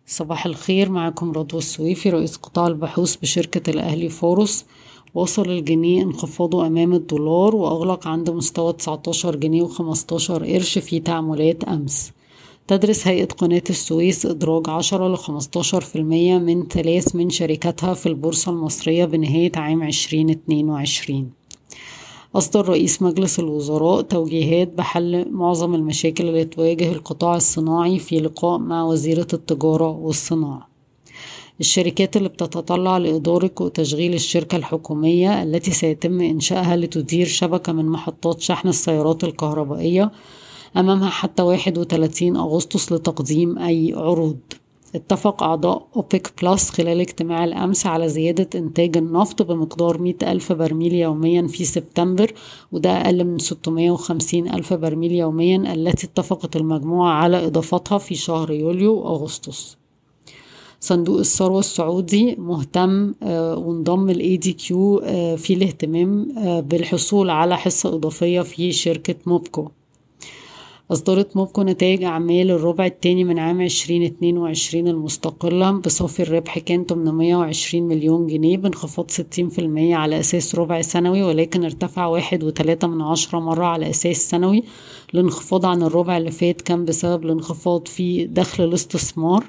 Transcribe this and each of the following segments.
صباح الخير، معكم رضوى السويفي رئيس قطاع البحوث بشركة الأهلي فورس. وصل الجنيه انخفاضه أمام الدولار وأغلق عند مستوى 19 جنيه و15 قرش في تعاملات أمس. تدرس هيئة قناة السويس إدراج 10 ل 15% من 3 من شركاتها في البورصة المصرية بنهاية عام 2022. أصدر رئيس مجلس الوزراء توجيهات بحل معظم المشاكل التي تواجه القطاع الصناعي في لقاء مع وزيرة التجارة والصناعة. الشركات اللي بتتطلع لإدارة وتشغيل الشركة الحكومية التي سيتم إنشائها لتدير شبكة من محطات شحن السيارات الكهربائية أمامها حتى 31 أغسطس لتقديم أي عروض. اتفق أعضاء أوبك بلس خلال اجتماع الأمس على زيادة إنتاج النفط بمقدار 100 ألف برميل يوميا في سبتمبر، وده أقل من 650 ألف برميل يوميا التي اتفقت المجموعة على إضافتها في شهر يوليو وأغسطس. صندوق الثروة السعودي مهتم وانضم ال ADQ في الاهتمام بالحصول على حصة إضافية في شركة موبكو. أصدرت موبكو نتائج أعمال الربع الثاني من عام 2022 المستقلة بصافي الربح كان 820 مليون جنيه بانخفاض 60% على أساس ربع سنوي، ولكن ارتفع 1.3 مرة على أساس سنوي. الانخفاض عن الربع اللي فات كان بسبب الانخفاض في دخل الاستثمار.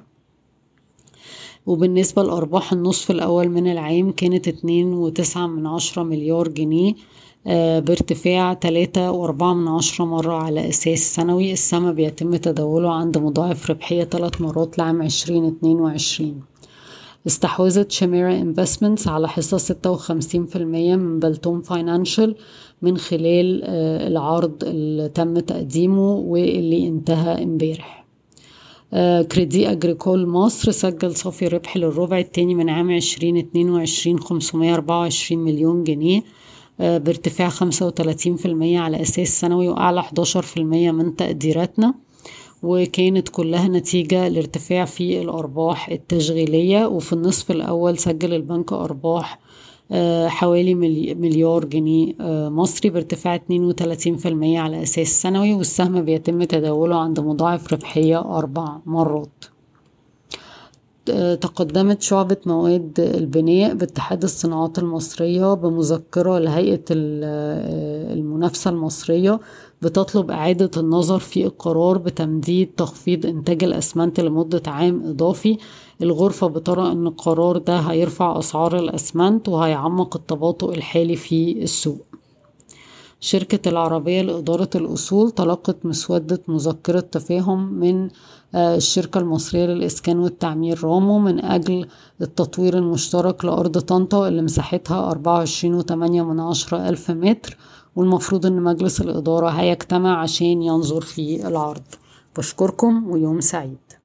وبالنسبة لأرباح النصف الأول من العام كانت 2.9 مليار جنيه بارتفاع 3.4 مرة على أساس سنوي. السهم بيتم تداوله عند مضاعف ربحية 3 مرات لعام 2022. استحوذت شميرة انفستمنتس على حصة 56% من بلتون فاينانشال من خلال العرض اللي تم تقديمه واللي انتهى امبارح. كريدي أجريكول مصر سجل صافي ربح للربع الثاني من عام 2022 524 مليون جنيه بارتفاع 35% على أساس سنوي وأعلى 11% من تقديراتنا، وكانت كلها نتيجة لارتفاع في الأرباح التشغيلية. وفي النصف الأول سجل البنك أرباح حوالي مليار جنيه مصري بارتفاع 32% على أساس سنوي، والسهم بيتم تداوله عند مضاعف ربحية 4 مرات. تقدمت شعبة مواد البناء باتحاد الصناعات المصرية بمذكرة لهيئة المنافسة المصرية بتطلب إعادة النظر في القرار بتمديد تخفيض إنتاج الأسمنت لمدة عام إضافي. الغرفة بترى أن القرار ده هيرفع أسعار الأسمنت وهيعمق التباطؤ الحالي في السوق. شركة العربية لإدارة الأصول تلقت مسودة مذكرة تفاهم من الشركة المصرية للإسكان والتعمير رامو من أجل التطوير المشترك لأرض طنطا اللي مساحتها 24.8 ألف متر، والمفروض أن مجلس الإدارة هيجتمع عشان ينظر في العرض. بشكركم ويوم سعيد.